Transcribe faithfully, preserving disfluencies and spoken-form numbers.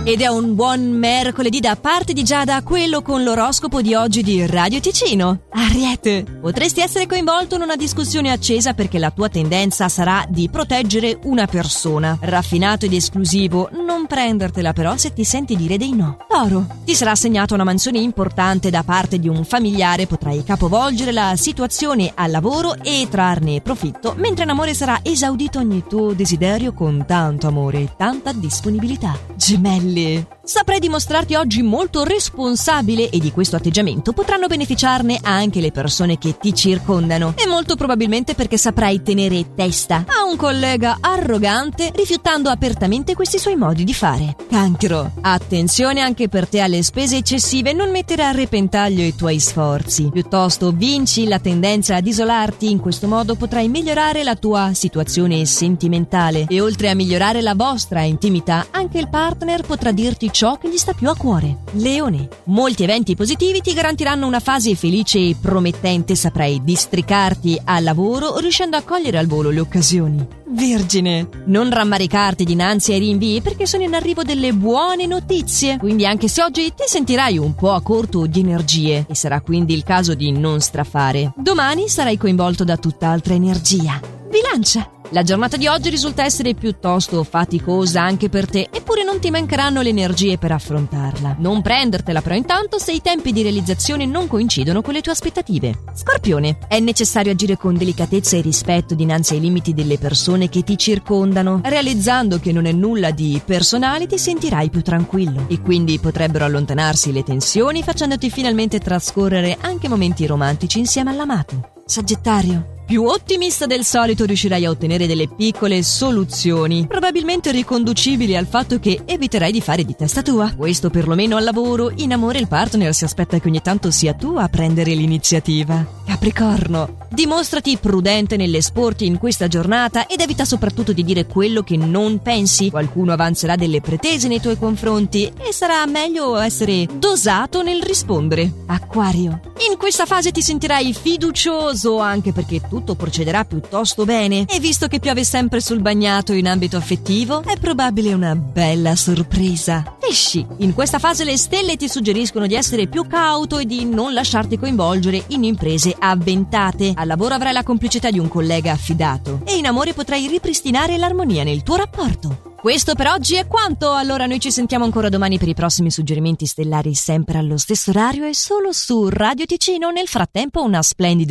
Ed è un buon mercoledì da parte di Giada, quello con l'oroscopo di oggi di Radio Ticino. Ariete, potresti essere coinvolto in una discussione accesa perché la tua tendenza sarà di proteggere una persona. Raffinato ed esclusivo, non prendertela però se ti senti dire dei no. Toro, ti sarà assegnata una mansione importante da parte di un familiare, potrai capovolgere la situazione al lavoro e trarne profitto, mentre in amore sarà esaudito ogni tuo desiderio con tanto amore e tanta disponibilità. Gemelli, saprai dimostrarti oggi molto responsabile e di questo atteggiamento potranno beneficiarne anche le persone che ti circondano, e molto probabilmente perché saprai tenere testa a un collega arrogante rifiutando apertamente questi suoi modi di fare. Cancro, attenzione anche per te alle spese eccessive, non mettere a repentaglio i tuoi sforzi, piuttosto vinci la tendenza ad isolarti, in questo modo potrai migliorare la tua situazione sentimentale e oltre a migliorare la vostra intimità anche il partner potrà dirti ciò che gli sta più a cuore. Leone, molti eventi positivi ti garantiranno una fase felice e promettente, saprai districarti al lavoro riuscendo a cogliere al volo le occasioni. Vergine, non rammaricarti dinanzi ai rinvii perché sono in arrivo delle buone notizie, quindi anche se oggi ti sentirai un po' a corto di energie e sarà quindi il caso di non strafare, domani sarai coinvolto da tutt'altra energia. Bilancia, la giornata di oggi risulta essere piuttosto faticosa anche per te, eppure non ti mancheranno le energie per affrontarla. Non prendertela però intanto se i tempi di realizzazione non coincidono con le tue aspettative. Scorpione, è necessario agire con delicatezza e rispetto dinanzi ai limiti delle persone che ti circondano. Realizzando che non è nulla di personale ti sentirai più tranquillo e quindi potrebbero allontanarsi le tensioni facendoti finalmente trascorrere anche momenti romantici insieme all'amato. Sagittario, più ottimista del solito riuscirai a ottenere delle piccole soluzioni, probabilmente riconducibili al fatto che eviterai di fare di testa tua. Questo perlomeno al lavoro. In amore il partner si aspetta che ogni tanto sia tu a prendere l'iniziativa. Capricorno, dimostrati prudente nell'esporti in questa giornata ed evita soprattutto di dire quello che non pensi. Qualcuno avanzerà delle pretese nei tuoi confronti e sarà meglio essere dosato nel rispondere. Acquario, in questa fase ti sentirai fiducioso anche perché tutto procederà piuttosto bene e visto che piove sempre sul bagnato in ambito affettivo è probabile una bella sorpresa. Pesci, in questa fase le stelle ti suggeriscono di essere più cauto e di non lasciarti coinvolgere in imprese avventate. Al lavoro avrai la complicità di un collega affidato e in amore potrai ripristinare l'armonia nel tuo rapporto. Questo per oggi è quanto, allora noi ci sentiamo ancora domani per i prossimi suggerimenti stellari sempre allo stesso orario e solo su Radio Ticino. Nel frattempo una splendida